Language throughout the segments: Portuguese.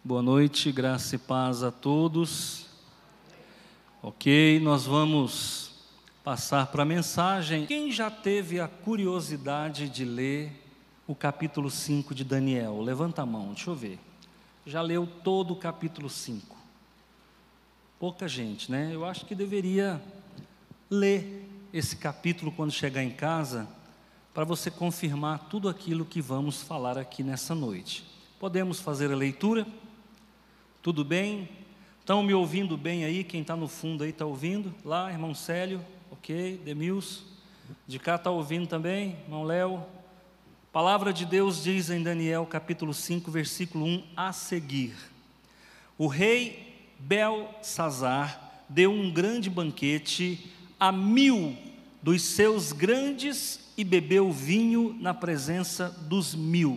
Boa noite, graça e paz a todos. Ok, nós vamos passar para a mensagem. Quem já teve a curiosidade de ler o capítulo 5 de Daniel? Levanta a mão, deixa eu ver. Já leu todo o capítulo 5? Pouca gente, né? Eu acho que deveria ler esse capítulo quando chegar em casa, para você confirmar tudo aquilo que vamos falar aqui nessa noite. Podemos fazer a leitura? Tudo bem? Estão me ouvindo bem aí? Quem está no fundo aí está ouvindo? Lá, irmão Célio, ok, Demilson. De cá está ouvindo também, irmão Léo. Palavra de Deus diz em Daniel capítulo 5, versículo 1 a seguir: o rei Belsazar deu um grande banquete a 1000 dos seus grandes e bebeu vinho na presença dos 1000.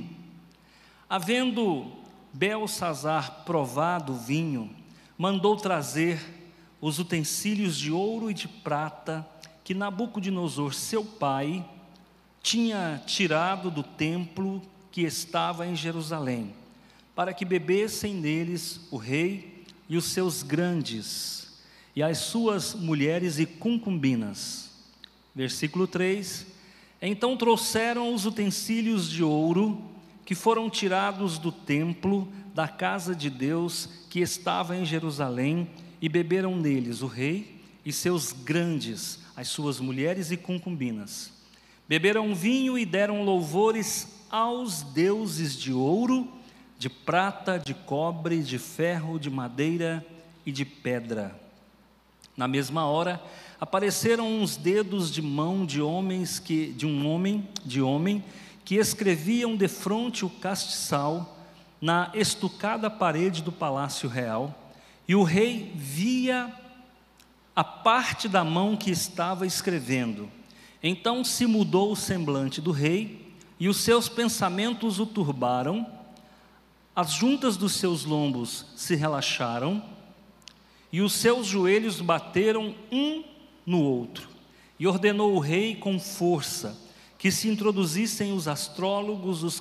Havendo Belsazar provado o vinho, mandou trazer os utensílios de ouro e de prata que Nabucodonosor, seu pai, tinha tirado do templo que estava em Jerusalém, para que bebessem neles o rei e os seus grandes, e as suas mulheres e concubinas. Versículo 3: então trouxeram os utensílios de ouro que foram tirados do templo da casa de Deus que estava em Jerusalém, e beberam neles o rei e seus grandes, as suas mulheres e concubinas. Beberam vinho e deram louvores aos deuses de ouro, de prata, de cobre, de ferro, de madeira e de pedra. Na mesma hora apareceram uns dedos de mão de um homem que escreviam defronte o castiçal na estucada parede do palácio real, e o rei via a parte da mão que estava escrevendo. Então se mudou o semblante do rei, e os seus pensamentos o turbaram, as juntas dos seus lombos se relaxaram, e os seus joelhos bateram um no outro, e ordenou o rei com força que se introduzissem os astrólogos,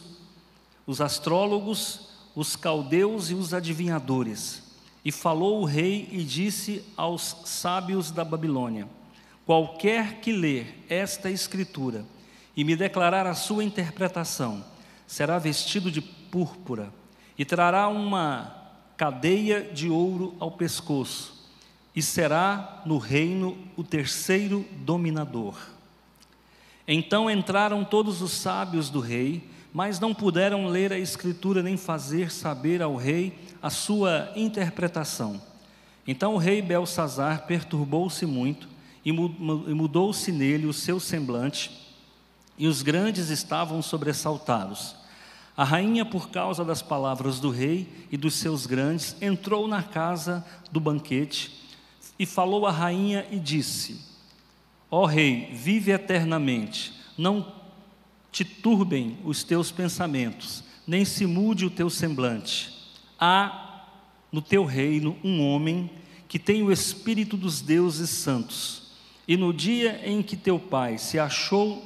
os caldeus e os adivinhadores. E falou o rei e disse aos sábios da Babilônia: qualquer que ler esta escritura e me declarar a sua interpretação, será vestido de púrpura e trará uma cadeia de ouro ao pescoço, e será no reino o terceiro dominador. Então entraram todos os sábios do rei, mas não puderam ler a escritura nem fazer saber ao rei a sua interpretação. Então o rei Belsazar perturbou-se muito e mudou-se nele o seu semblante, e os grandes estavam sobressaltados. A rainha, por causa das palavras do rei e dos seus grandes, entrou na casa do banquete e falou à rainha e disse: ó rei, vive eternamente, não te turbem os teus pensamentos, nem se mude o teu semblante. Há no teu reino um homem que tem o espírito dos deuses santos, e no dia em que teu pai se achou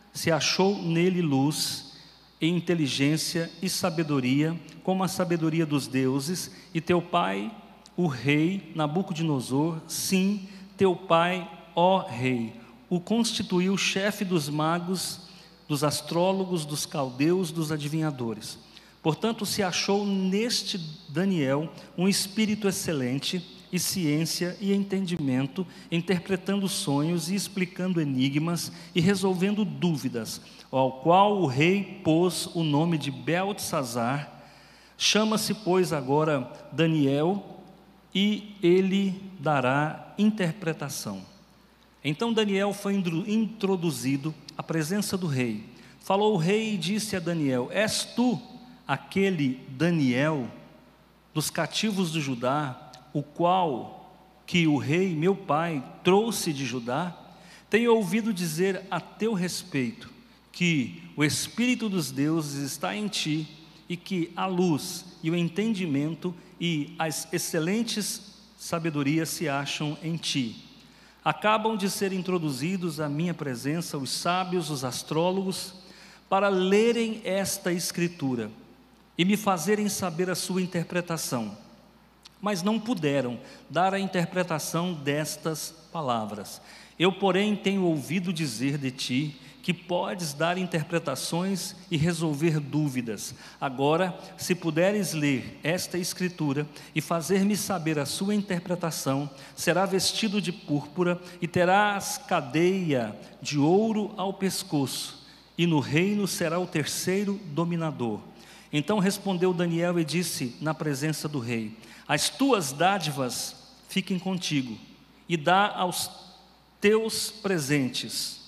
nele luz e inteligência e sabedoria, como a sabedoria dos deuses, e teu pai, o rei Nabucodonosor, sim, teu pai, ó rei, o constituiu chefe dos magos, dos astrólogos, dos caldeus, dos adivinhadores. Portanto, se achou neste Daniel um espírito excelente, e ciência e entendimento, interpretando sonhos e explicando enigmas e resolvendo dúvidas, ao qual o rei pôs o nome de Beltesazar. Chama-se, pois, agora Daniel, e ele dará interpretação. Então Daniel foi introduzido à presença do rei. Falou o rei e disse a Daniel: és tu aquele Daniel dos cativos de Judá, o qual que o rei meu pai trouxe de Judá? Tenho ouvido dizer a teu respeito que o Espírito dos deuses está em ti, e que a luz e o entendimento e as excelentes sabedorias se acham em ti. Acabam de ser introduzidos à minha presença os sábios, os astrólogos, para lerem esta escritura. e me fazerem saber a sua interpretação. Mas não puderam dar a interpretação destas palavras. Eu, porém, tenho ouvido dizer de ti que podes dar interpretações e resolver dúvidas. Agora, se puderes ler esta escritura e fazer-me saber a sua interpretação, será vestido de púrpura e terás cadeia de ouro ao pescoço, e no reino será o terceiro dominador. Então respondeu Daniel e disse na presença do rei: as tuas dádivas fiquem contigo, e dá os teus presentes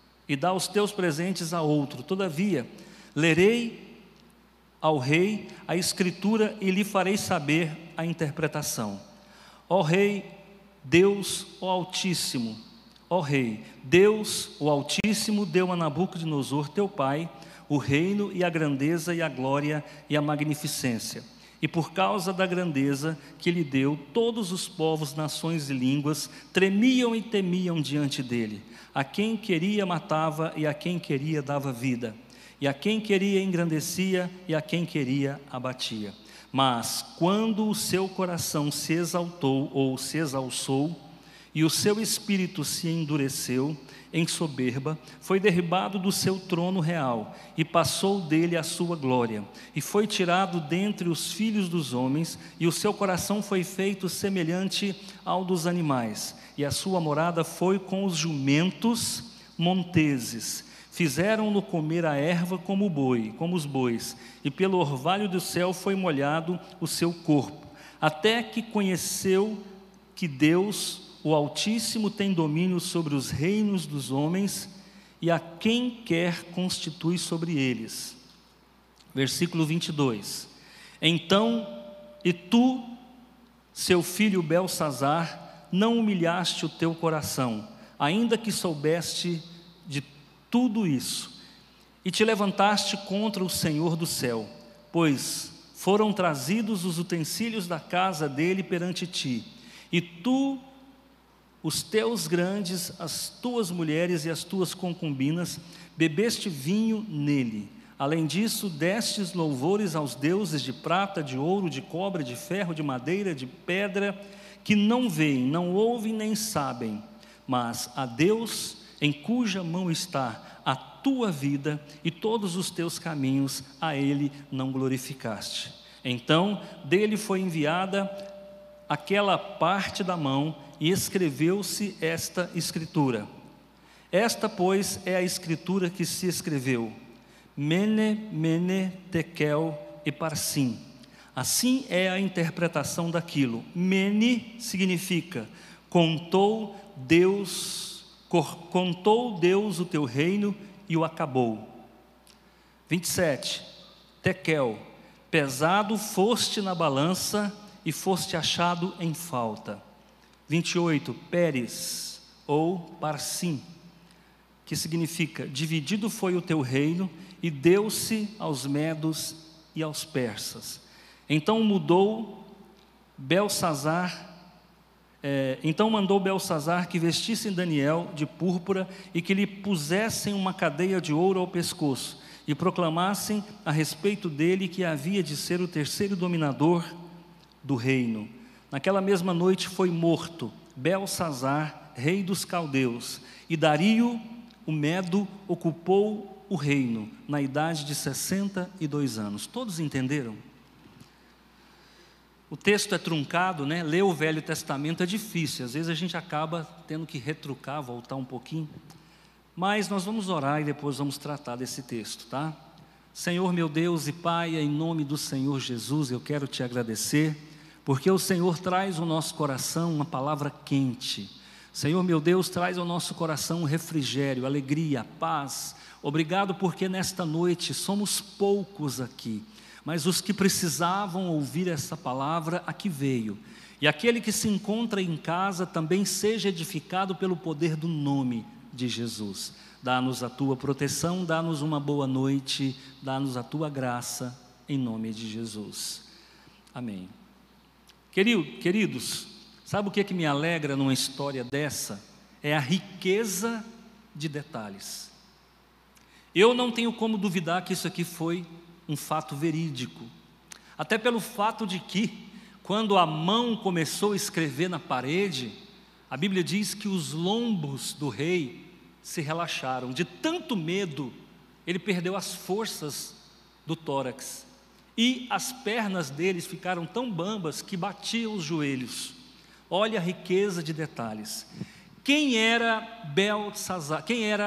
a outro. Todavia, lerei ao rei a escritura e lhe farei saber a interpretação. Ó rei, Deus, o Altíssimo, ó rei, Deus, o Altíssimo, deu a Nabucodonosor, teu pai, o reino e a grandeza e a glória e a magnificência. E por causa da grandeza que lhe deu, todos os povos, nações e línguas tremiam e temiam diante dele. A quem queria matava, e a quem queria dava vida. E a quem queria engrandecia, e a quem queria abatia. Mas quando o seu coração se exaltou ou se exalçou, e o seu espírito se endureceu em soberba, foi derribado do seu trono real, e passou dele a sua glória, e foi tirado dentre os filhos dos homens, e o seu coração foi feito semelhante ao dos animais, e a sua morada foi com os jumentos monteses. Fizeram-no comer a erva como os bois, e pelo orvalho do céu foi molhado o seu corpo, até que conheceu que Deus, o Altíssimo, tem domínio sobre os reinos dos homens, e a quem quer constitui sobre eles. Versículo 22. Então, e tu, seu filho Belsazar, não humilhaste o teu coração, ainda que soubeste de tudo isso, e te levantaste contra o Senhor do céu, pois foram trazidos os utensílios da casa dele perante ti, e tu, os teus grandes, as tuas mulheres e as tuas concubinas, bebeste vinho nele. Além disso, destes louvores aos deuses de prata, de ouro, de cobre, de ferro, de madeira, de pedra, que não veem, não ouvem nem sabem, mas a Deus, em cuja mão está a tua vida e todos os teus caminhos, a ele não glorificaste. Então, dele foi enviada aquela parte da mão, e escreveu-se esta escritura. Esta, pois, é a escritura que se escreveu: Mene, Mene, Tekel e Parsim. Assim é a interpretação daquilo. Mene significa contou Deus o teu reino e o acabou. 27. Tekel, pesado foste na balança e foste achado em falta. 28, Pérez ou Parsim, que significa dividido foi o teu reino e deu-se aos medos e aos persas. Então mandou Belsazar que vestissem Daniel de púrpura e que lhe pusessem uma cadeia de ouro ao pescoço e proclamassem a respeito dele que havia de ser o terceiro dominador do reino. Naquela mesma noite foi morto Belsazar, rei dos caldeus, e Dario, o Medo, ocupou o reino na idade de 62 anos. Todos entenderam? O texto é truncado, né? Ler o Velho Testamento é difícil, às vezes a gente acaba tendo que retrucar, voltar um pouquinho, mas nós vamos orar e depois vamos tratar desse texto, tá? Senhor meu Deus e Pai, em nome do Senhor Jesus, eu quero te agradecer, porque o Senhor traz ao nosso coração uma palavra quente. Senhor meu Deus, traz ao nosso coração refrigério, alegria, paz. Obrigado porque nesta noite somos poucos aqui, mas os que precisavam ouvir essa palavra aqui veio. E aquele que se encontra em casa também seja edificado pelo poder do nome de Jesus. Dá-nos a tua proteção, dá-nos uma boa noite, dá-nos a tua graça, em nome de Jesus. Amém. Queridos, sabe o que me alegra numa história dessa? É a riqueza de detalhes. Eu não tenho como duvidar que isso aqui foi um fato verídico. Até pelo fato de que, quando a mão começou a escrever na parede, a Bíblia diz que os lombos do rei se relaxaram. De tanto medo, ele perdeu as forças do tórax. E as pernas deles ficaram tão bambas que batiam os joelhos. Olha a riqueza de detalhes. Quem era Belsazar?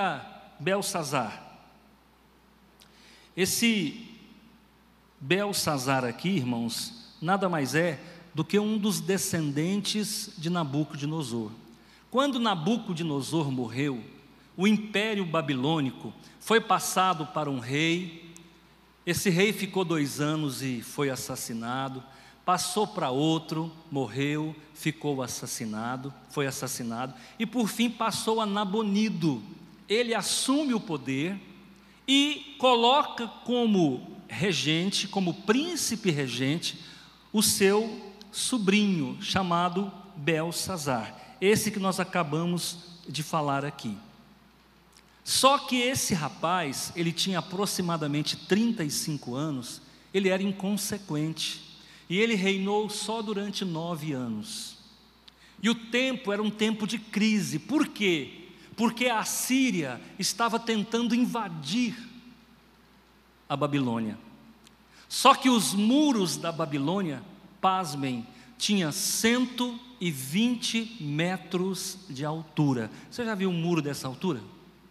Esse Belsazar aqui, irmãos, nada mais é do que um dos descendentes de Nabucodonosor. Quando Nabucodonosor morreu, o império babilônico foi passado para um rei. Esse rei ficou 2 anos e foi assassinado. Passou para outro, morreu, foi assassinado. E por fim passou a Nabonido. Ele assume o poder e coloca como regente, como príncipe regente, o seu sobrinho, chamado Belsazar. Esse que nós acabamos de falar aqui. Só que esse rapaz, ele tinha aproximadamente 35 anos, ele era inconsequente. E ele reinou só durante 9 anos. E o tempo era um tempo de crise. Por quê? Porque a Síria estava tentando invadir a Babilônia. Só que os muros da Babilônia, pasmem, tinha 120 metros de altura. Você já viu um muro dessa altura?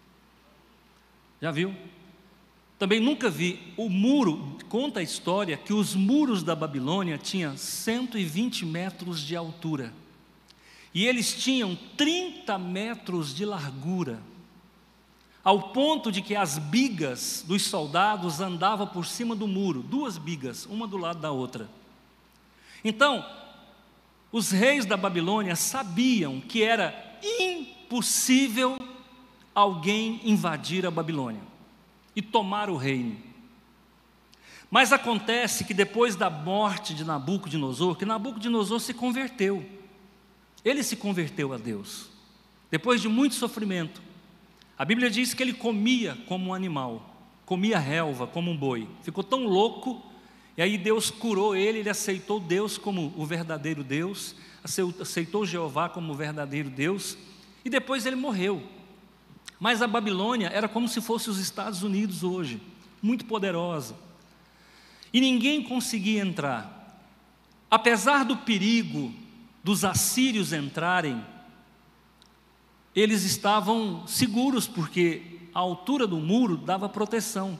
Já viu? Também nunca vi. O muro, conta a história que os muros da Babilônia tinham 120 metros de altura. E eles tinham 30 metros de largura. Ao ponto de que as bigas dos soldados andavam por cima do muro. 2 bigas, uma do lado da outra. Então, os reis da Babilônia sabiam que era impossível alguém invadir a Babilônia e tomar o reino. Mas acontece que depois da morte de Nabucodonosor, que Nabucodonosor se converteu. Ele se converteu a Deus. Depois de muito sofrimento. A Bíblia diz que ele comia como um animal, comia relva como um boi. Ficou tão louco, e aí Deus curou ele, ele aceitou Deus como o verdadeiro Deus, aceitou Jeová como o verdadeiro Deus, e depois ele morreu. Mas a Babilônia era como se fosse os Estados Unidos hoje, muito poderosa. E ninguém conseguia entrar. Apesar do perigo dos assírios entrarem, eles estavam seguros, porque a altura do muro dava proteção.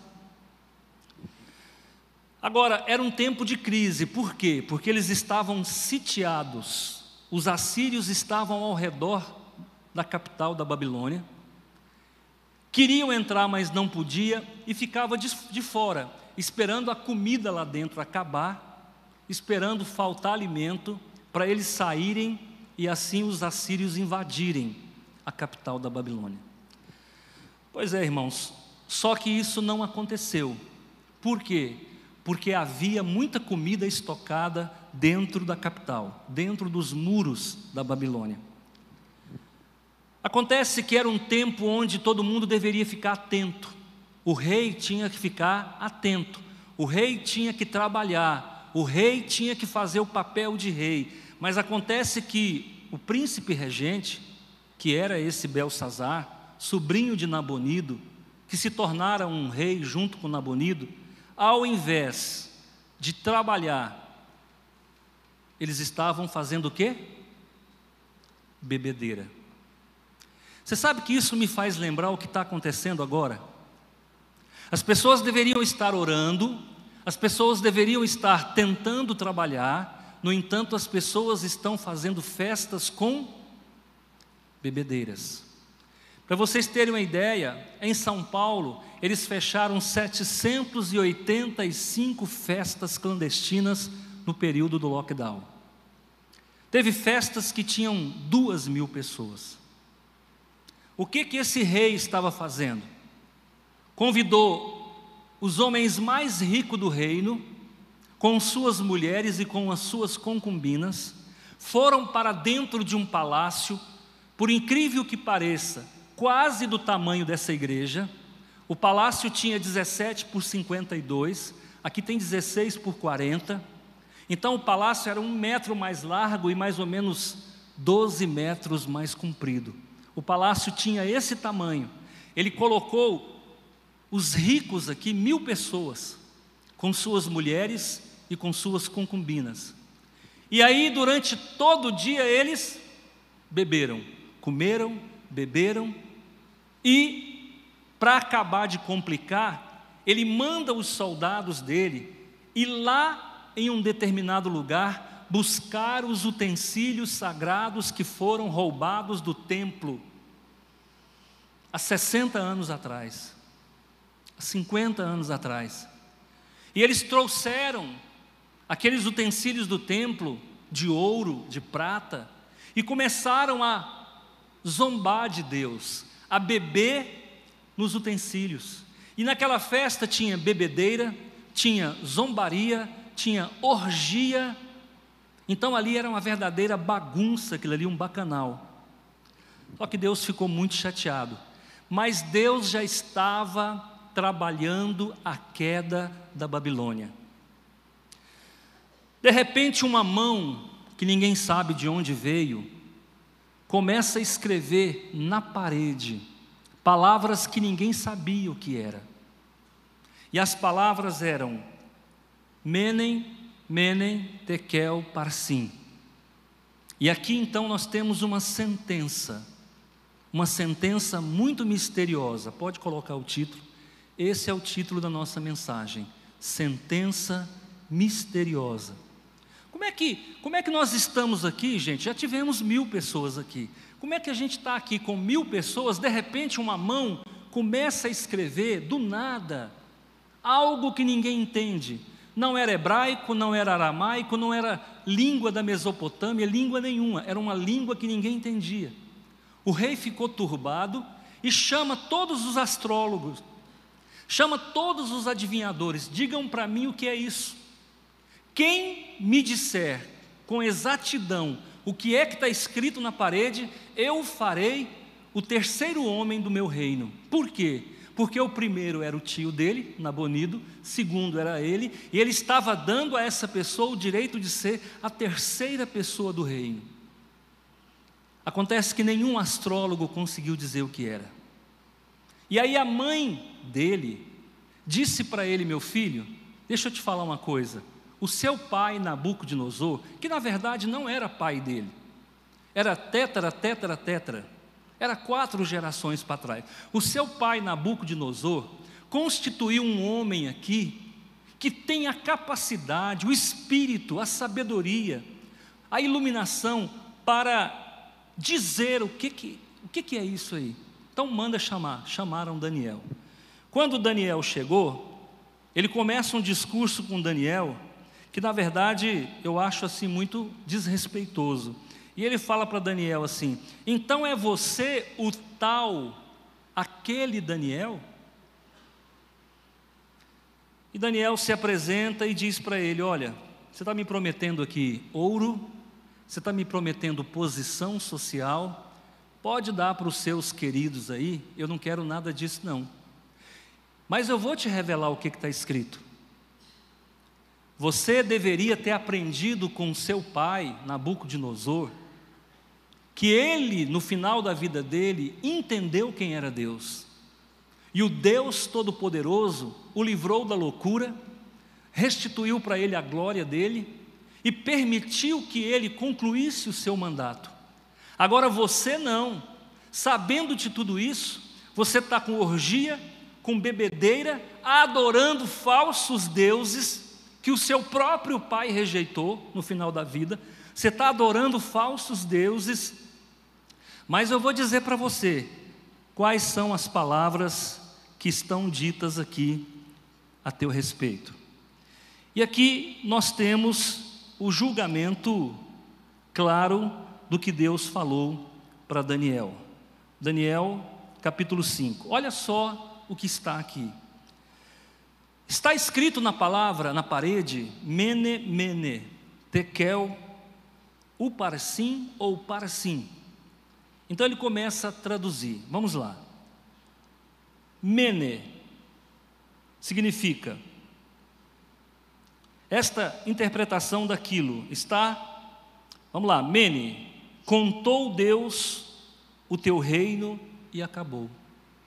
Agora, era um tempo de crise. Por quê? Porque eles estavam sitiados. Os assírios estavam ao redor da capital da Babilônia. Queriam entrar, mas não podia, e ficava de fora, esperando a comida lá dentro acabar, esperando faltar alimento, para eles saírem e assim os assírios invadirem a capital da Babilônia. Pois é, irmãos, só que isso não aconteceu. Por quê? Porque havia muita comida estocada dentro da capital, dentro dos muros da Babilônia. Acontece que era um tempo onde todo mundo deveria ficar atento. O rei tinha que ficar atento. O rei tinha que trabalhar. O rei tinha que fazer o papel de rei. Mas acontece que o príncipe regente, que era esse Belsazar, sobrinho de Nabonido, que se tornara um rei junto com Nabonido, ao invés de trabalhar, eles estavam fazendo o quê? Bebedeira. Você sabe que isso me faz lembrar o que está acontecendo agora? As pessoas deveriam estar orando, as pessoas deveriam estar tentando trabalhar, no entanto as pessoas estão fazendo festas com bebedeiras. Para vocês terem uma ideia, em São Paulo, eles fecharam 785 festas clandestinas no período do lockdown. Teve festas que tinham 2.000 pessoas. O que esse rei estava fazendo? Convidou os homens mais ricos do reino, com suas mulheres e com as suas concubinas, foram para dentro de um palácio, por incrível que pareça, quase do tamanho dessa igreja. O palácio tinha 17 por 52, aqui tem 16 por 40, Então o palácio era 1 metro mais largo e mais ou menos 12 metros mais comprido. O palácio tinha esse tamanho. Ele colocou os ricos aqui, 1000 pessoas, com suas mulheres e com suas concubinas. E aí, durante todo o dia, eles beberam, comeram, beberam, e, para acabar de complicar, ele manda os soldados dele ir lá em um determinado lugar buscar os utensílios sagrados que foram roubados do templo há 60 anos atrás, há 50 anos atrás. E eles trouxeram aqueles utensílios do templo, de ouro, de prata, e começaram a zombar de Deus, a beber nos utensílios. E naquela festa tinha bebedeira, tinha zombaria, tinha orgia. Então ali era uma verdadeira bagunça, aquilo ali, um bacanal. Só que Deus ficou muito chateado. Mas Deus já estava trabalhando a queda da Babilônia. De repente, uma mão, que ninguém sabe de onde veio, começa a escrever na parede palavras que ninguém sabia o que era. E as palavras eram Menem, Menem, Tekel, Parsim. E aqui então nós temos uma sentença muito misteriosa. Pode colocar o título. Esse é o título da nossa mensagem: sentença misteriosa. Como é que nós estamos aqui, gente? Já tivemos 1000 pessoas aqui. Como é que a gente está aqui com 1000 pessoas? De repente uma mão começa a escrever do nada algo que ninguém entende. Não era hebraico, não era aramaico, não era língua da Mesopotâmia, língua nenhuma. Era uma língua que ninguém entendia. O rei ficou turbado e chama todos os astrólogos, chama todos os adivinhadores. Digam para mim o que é isso. Quem me disser com exatidão o que é que está escrito na parede, eu farei o terceiro homem do meu reino. Por quê? Porque o primeiro era o tio dele, Nabonido, segundo era ele, e ele estava dando a essa pessoa o direito de ser a terceira pessoa do reino. Acontece que nenhum astrólogo conseguiu dizer o que era. E aí a mãe dele disse para ele: meu filho, deixa eu te falar uma coisa. O seu pai Nabucodonosor, que na verdade não era pai dele, era tetra, era 4 gerações para trás. O seu pai Nabucodonosor constituiu um homem aqui que tem a capacidade, o espírito, a sabedoria, a iluminação para dizer o que é isso aí. Então manda chamar. Chamaram Daniel. Quando Daniel chegou, ele começa um discurso com Daniel que na verdade eu acho assim muito desrespeitoso. E ele fala para Daniel assim: então é você o tal, aquele Daniel? E Daniel se apresenta e diz para ele: olha, você está me prometendo aqui ouro, você está me prometendo posição social, pode dar para os seus queridos aí, eu não quero nada disso não. Mas eu vou te revelar o que está escrito. Você deveria ter aprendido com seu pai, Nabucodonosor, que ele, no final da vida dele, entendeu quem era Deus. E o Deus Todo-Poderoso o livrou da loucura, restituiu para ele a glória dele e permitiu que ele concluísse o seu mandato. Agora você não, sabendo de tudo isso, você está com orgia, com bebedeira, adorando falsos deuses, que o seu próprio pai rejeitou no final da vida. Você está adorando falsos deuses, mas eu vou dizer para você quais são as palavras que estão ditas aqui a teu respeito. E aqui nós temos o julgamento claro do que Deus falou para Daniel. Daniel, capítulo 5. Olha só o que está aqui. Está escrito na palavra, na parede, Mene, Mene, Tekel, Uparsim ou Parsim. Então ele começa a traduzir. Vamos lá. Mene significa esta interpretação daquilo está, vamos lá, Mene, contou Deus o teu reino e acabou. O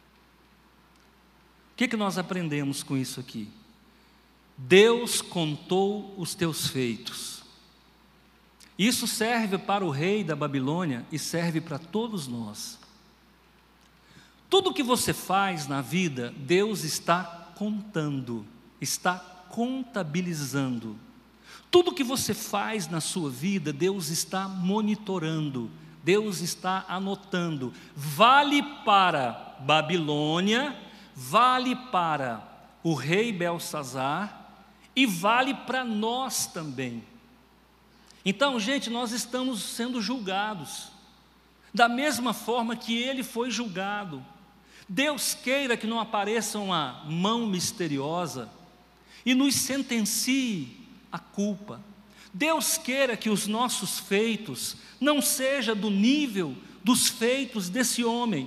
que nós aprendemos com isso aqui? Deus contou os teus feitos. Isso serve para o rei da Babilônia e serve para todos nós. Tudo que você faz na vida, Deus está contando, está contabilizando. Tudo que você faz na sua vida, Deus está monitorando, Deus está anotando. Vale para Babilônia, vale para o rei Belsazar e vale para nós também. Então, gente, nós estamos sendo julgados da mesma forma que ele foi julgado. Deus queira que não apareça uma mão misteriosa e nos sentencie a culpa. Deus queira que os nossos feitos não sejam do nível dos feitos desse homem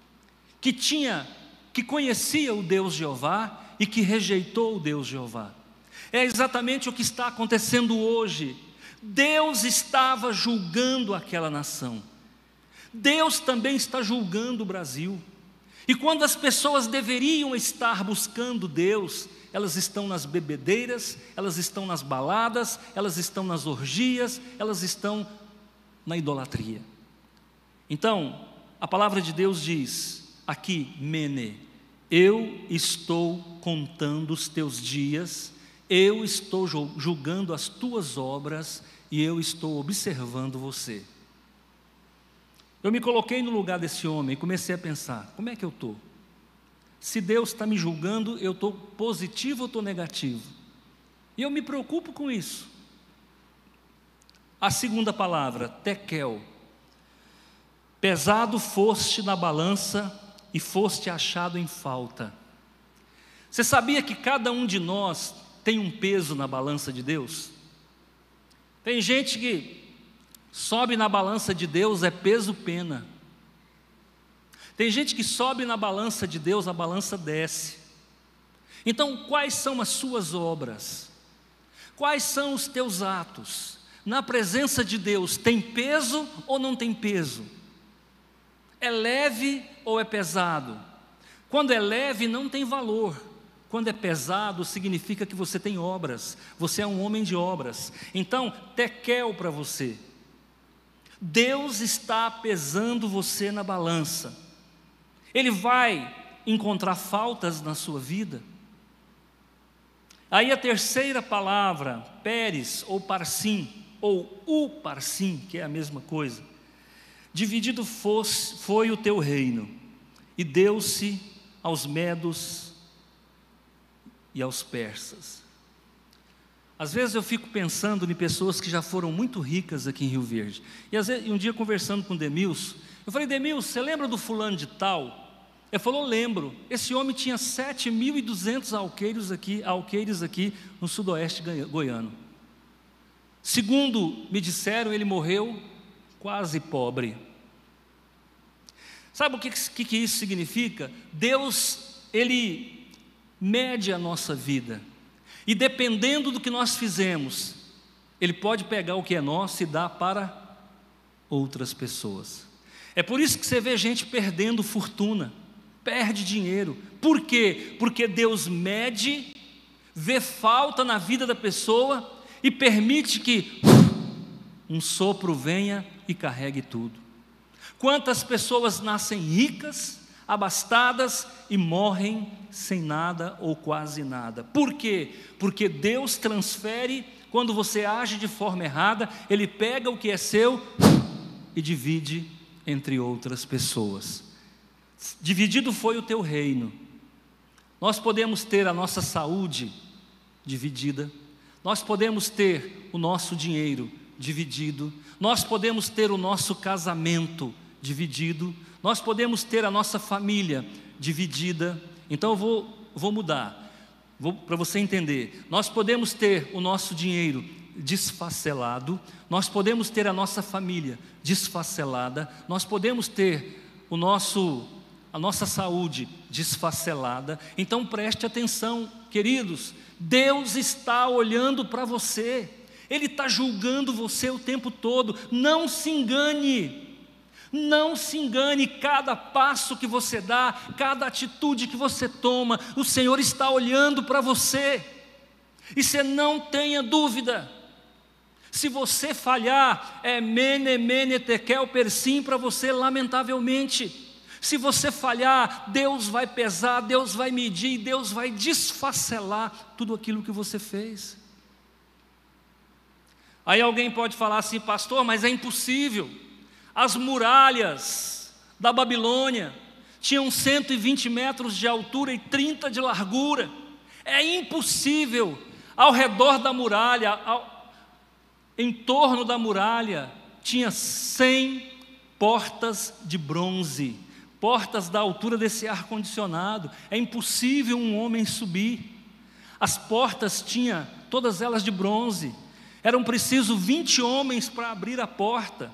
que conhecia o Deus Jeová e que rejeitou o Deus Jeová. É exatamente o que está acontecendo hoje. Deus estava julgando aquela nação. Deus também está julgando o Brasil. E quando as pessoas deveriam estar buscando Deus, elas estão nas bebedeiras, elas estão nas baladas, elas estão nas orgias, elas estão na idolatria. Então, a palavra de Deus diz aqui, Mene, eu estou contando os teus dias, eu estou julgando as tuas obras e eu estou observando você. Eu me coloquei no lugar desse homem e comecei a pensar, como é que eu estou? Se Deus está me julgando, eu estou positivo ou estou negativo? E eu me preocupo com isso. A segunda palavra, tekel. Pesado foste na balança e foste achado em falta. Você sabia que cada um de nós tem um peso na balança de Deus? Tem gente que sobe na balança de Deus, é peso-pena. Tem gente que sobe na balança de Deus, a balança desce. Então, quais são as suas obras? Quais são os teus atos? Na presença de Deus, tem peso ou não tem peso? É leve ou é pesado? Quando é leve, não tem valor. Quando é pesado, significa que você tem obras. Você é um homem de obras. Então, tekel para você. Deus está pesando você na balança. Ele vai encontrar faltas na sua vida. Aí a terceira palavra, Peres ou Parsim, ou Uparsim, que é a mesma coisa. Dividido foi o teu reino, e deu-se aos medos e aos persas. Às vezes eu fico pensando em pessoas que já foram muito ricas aqui em Rio Verde. E às vezes, um dia conversando com o Demilson, eu falei, Demilson, você lembra do fulano de tal? Ele falou, lembro. Esse homem tinha 7.200 alqueires aqui no sudoeste goiano. Segundo me disseram, ele morreu quase pobre. Sabe o que isso significa? Deus, Ele mede a nossa vida. E dependendo do que nós fizemos, Ele pode pegar o que é nosso e dar para outras pessoas. É por isso que você vê gente perdendo fortuna, perde dinheiro. Por quê? Porque Deus mede, vê falta na vida da pessoa e permite que um sopro venha e carregue tudo. Quantas pessoas nascem ricas, abastadas e morrem sem nada ou quase nada. Por quê? Porque Deus transfere, quando você age de forma errada, Ele pega o que é seu e divide entre outras pessoas. Dividido foi o teu reino. Nós podemos ter a nossa saúde dividida, nós podemos ter o nosso dinheiro dividido, nós podemos ter o nosso casamento dividido, nós podemos ter a nossa família dividida. Então eu vou mudar, para você entender. Nós podemos ter o nosso dinheiro desfacelado, nós podemos ter a nossa família desfacelada, nós podemos ter a nossa saúde desfacelada. Então preste atenção queridos, Deus está olhando para você, Ele está julgando você o tempo todo. Não se engane, não se engane. Cada passo que você dá, cada atitude que você toma, o Senhor está olhando para você, e você não tenha dúvida. Se você falhar, é mene, mene, tekel, persim para você, lamentavelmente. Se você falhar, Deus vai pesar, Deus vai medir, Deus vai desfacelar tudo aquilo que você fez. Aí alguém pode falar assim: pastor, mas é impossível. As muralhas da Babilônia tinham 120 metros de altura e 30 de largura. É impossível. Ao redor da muralha, em torno da muralha, tinha 100 portas de bronze, portas da altura desse ar-condicionado. É impossível um homem subir. As portas tinham todas elas de bronze. Eram precisos 20 homens para abrir a porta.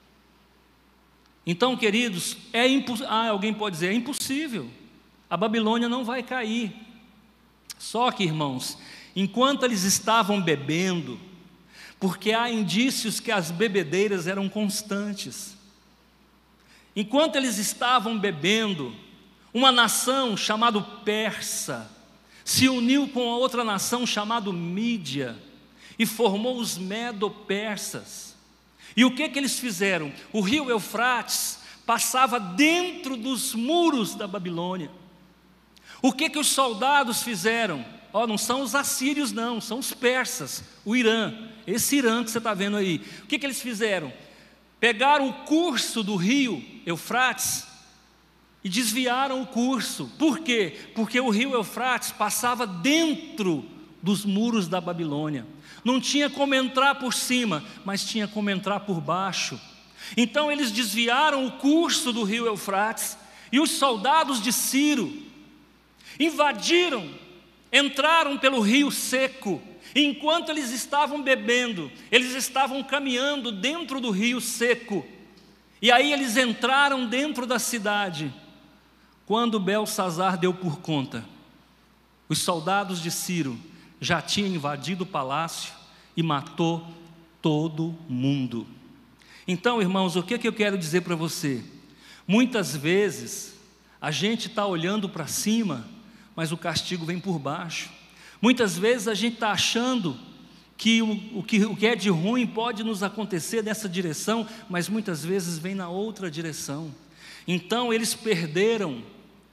Então, queridos, alguém pode dizer, é impossível, a Babilônia não vai cair. Só que, irmãos, enquanto eles estavam bebendo, porque há indícios que as bebedeiras eram constantes, enquanto eles estavam bebendo, uma nação chamada Persa se uniu com a outra nação chamada Mídia e formou os Medo-Persas. E o que eles fizeram? O rio Eufrates passava dentro dos muros da Babilônia. O que os soldados fizeram? Não são os assírios não, são os persas, o Irã, esse Irã que você está vendo aí. O que eles fizeram? Pegaram o curso do rio Eufrates e desviaram o curso. Por quê? Porque o rio Eufrates passava dentro dos muros da Babilônia. Não tinha como entrar por cima, mas tinha como entrar por baixo. Então eles desviaram o curso do rio Eufrates, e os soldados de Ciro invadiram, entraram pelo rio seco. E enquanto eles estavam bebendo, eles estavam caminhando dentro do rio seco. E aí eles entraram dentro da cidade. Quando Belsazar deu por conta, os soldados de Ciro já tinham invadido o palácio e matou todo mundo. Então, irmãos, o que eu quero dizer para você? Muitas vezes a gente está olhando para cima, mas o castigo vem por baixo. Muitas vezes a gente está achando que o que é de ruim pode nos acontecer nessa direção, mas muitas vezes vem na outra direção. Então eles perderam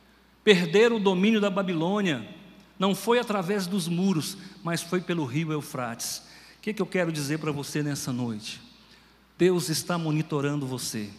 o domínio da Babilônia. Não foi através dos muros, mas foi pelo rio Eufrates. O que eu quero dizer para você nessa noite? Deus está monitorando você.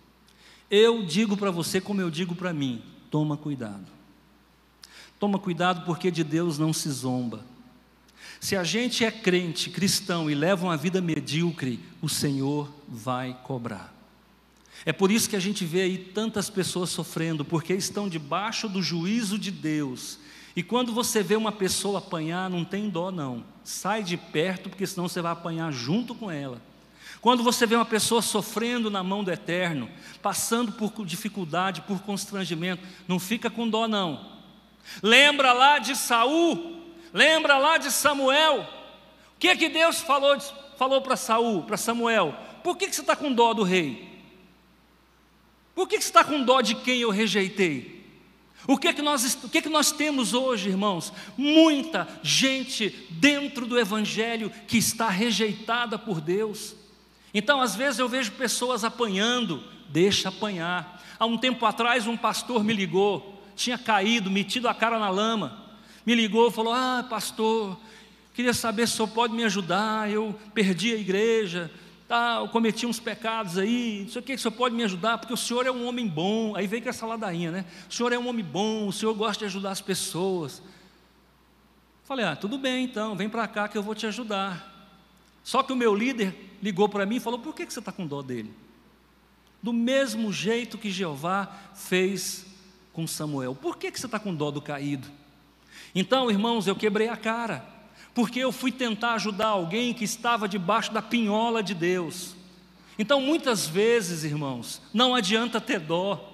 Eu digo para você como eu digo para mim: toma cuidado. Toma cuidado, porque de Deus não se zomba. Se a gente é crente, cristão e leva uma vida medíocre, o Senhor vai cobrar. É por isso que a gente vê aí tantas pessoas sofrendo, porque estão debaixo do juízo de Deus. E quando você vê uma pessoa apanhar, não tem dó não, sai de perto, porque senão você vai apanhar junto com ela. Quando você vê uma pessoa sofrendo na mão do Eterno, passando por dificuldade, por constrangimento, não fica com dó não. Lembra lá de Saul, lembra lá de Samuel. O que Deus falou para Saul, para Samuel? Por que você está com dó do rei? Por que você está com dó de quem eu rejeitei? O que nós temos hoje, irmãos? Muita gente dentro do Evangelho que está rejeitada por Deus. Então, às vezes eu vejo pessoas apanhando, deixa apanhar. Há um tempo atrás um pastor me ligou, tinha caído, metido a cara na lama. Me ligou, falou: pastor, queria saber se o senhor pode me ajudar, eu perdi a igreja, eu cometi uns pecados aí, não sei o que o senhor pode me ajudar, porque o senhor é um homem bom. Aí veio com essa ladainha, né? O senhor é um homem bom, o senhor gosta de ajudar as pessoas. Falei: tudo bem então, vem para cá que eu vou te ajudar. Só que o meu líder ligou para mim e falou: por que você está com dó dele? Do mesmo jeito que Jeová fez com Samuel. Por que você está com dó do caído? Então, irmãos, eu quebrei a cara, porque eu fui tentar ajudar alguém que estava debaixo da pinhola de Deus. Então, muitas vezes, irmãos, não adianta ter dó.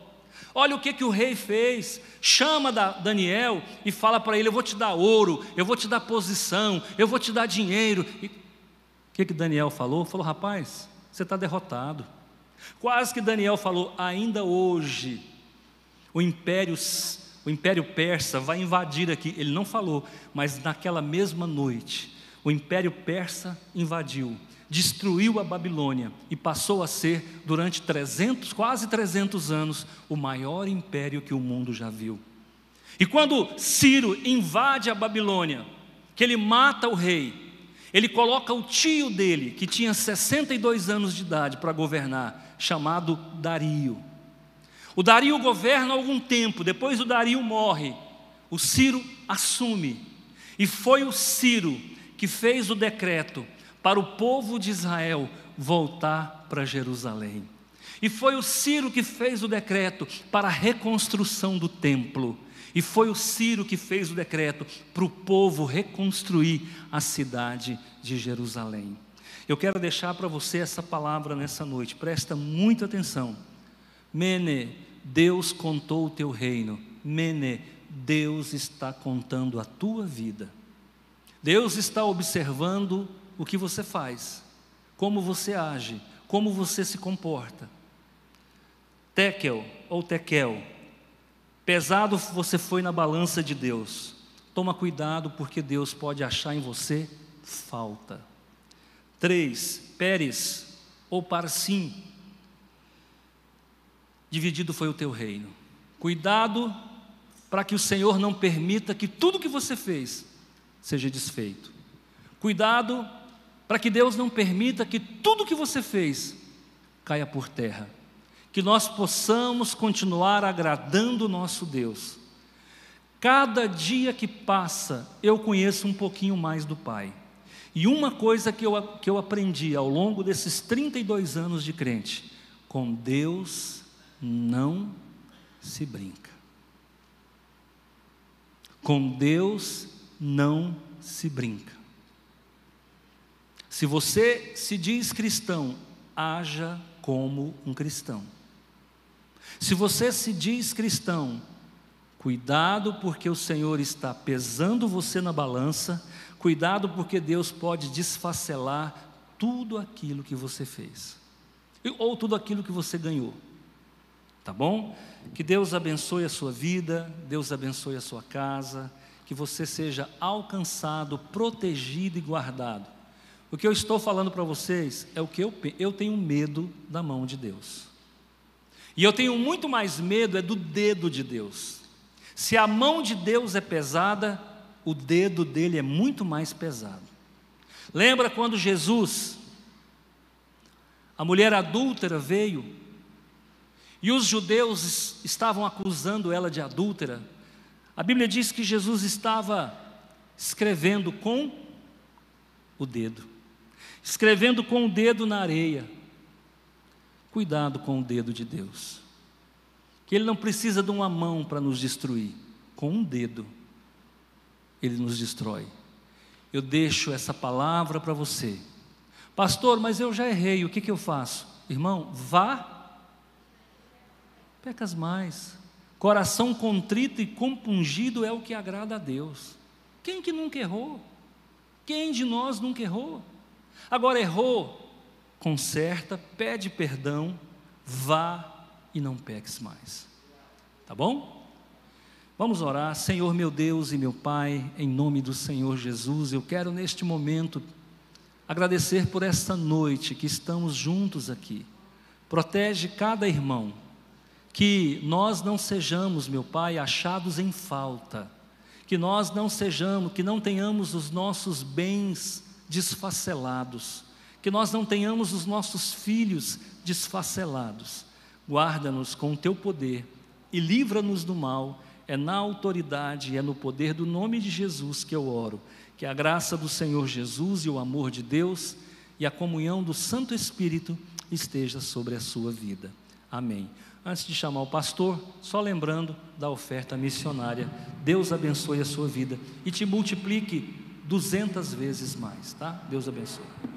Olha o que o rei fez. Chama Daniel e fala para ele: eu vou te dar ouro, eu vou te dar posição, eu vou te dar dinheiro. E o que Daniel falou? Falou: rapaz, você está derrotado. Quase que Daniel falou: ainda hoje o império persa vai invadir aqui. Ele não falou, mas naquela mesma noite o império persa invadiu, destruiu a Babilônia e passou a ser, durante quase 300 anos, o maior império que o mundo já viu. E quando Ciro invade a Babilônia, que ele mata o rei, ele coloca o tio dele, que tinha 62 anos de idade, para governar, chamado Dario. O Dario governa algum tempo, depois o Dario morre, o Ciro assume, e foi o Ciro que fez o decreto para o povo de Israel voltar para Jerusalém. E foi o Ciro que fez o decreto para a reconstrução do templo. E foi o Ciro que fez o decreto para o povo reconstruir a cidade de Jerusalém. Eu quero deixar para você essa palavra nessa noite, presta muita atenção. Mene, Deus contou o teu reino. Mene, Deus está contando a tua vida. Deus está observando o que você faz, como você age, como você se comporta. Tekel ou Tekel, pesado você foi na balança de Deus. Toma cuidado, porque Deus pode achar em você falta. 3, Pérez ou Parsim, dividido foi o teu reino. Cuidado para que o Senhor não permita que tudo que você fez seja desfeito. Cuidado para que Deus não permita que tudo que você fez caia por terra. Que nós possamos continuar agradando o nosso Deus. Cada dia que passa, eu conheço um pouquinho mais do Pai. E uma coisa que eu aprendi ao longo desses 32 anos de crente: com Deus não se brinca. Com Deus não se brinca. Se você se diz cristão, haja como um cristão. Se você se diz cristão, cuidado, porque o Senhor está pesando você na balança. Cuidado, porque Deus pode desfacelar tudo aquilo que você fez, ou tudo aquilo que você ganhou. Tá bom? Que Deus abençoe a sua vida, Deus abençoe a sua casa, que você seja alcançado, protegido e guardado. O que eu estou falando para vocês é o que eu tenho medo da mão de Deus. E eu tenho muito mais medo do dedo de Deus. Se a mão de Deus é pesada, o dedo dele é muito mais pesado. Lembra quando Jesus, a mulher adúltera veio, e os judeus estavam acusando ela de adúltera? A Bíblia diz que Jesus estava escrevendo com o dedo, escrevendo com o dedo na areia. Cuidado com o dedo de Deus, que Ele não precisa de uma mão para nos destruir. Com um dedo Ele nos destrói. Eu deixo essa palavra para você. Pastor, mas eu já errei, o que eu faço? Irmão, vá, pecas mais. Coração contrito e compungido é o que agrada a Deus. Quem que nunca errou? Quem de nós nunca errou? Agora errou, conserta, pede perdão, vá e não peques mais. Tá bom? Vamos orar. Senhor meu Deus e meu Pai, em nome do Senhor Jesus, eu quero neste momento agradecer por esta noite que estamos juntos aqui. Protege cada irmão, que nós não sejamos, meu Pai, achados em falta, que nós não sejamos, que não tenhamos os nossos bens desfacelados, que nós não tenhamos os nossos filhos desfacelados. Guarda-nos com o Teu poder e livra-nos do mal. É na autoridade e é no poder do nome de Jesus que eu oro. Que a graça do Senhor Jesus e o amor de Deus e a comunhão do Santo Espírito esteja sobre a sua vida. Amém. Antes de chamar o pastor, só lembrando da oferta missionária. Deus abençoe a sua vida e te multiplique 200 vezes mais, tá? Deus abençoe.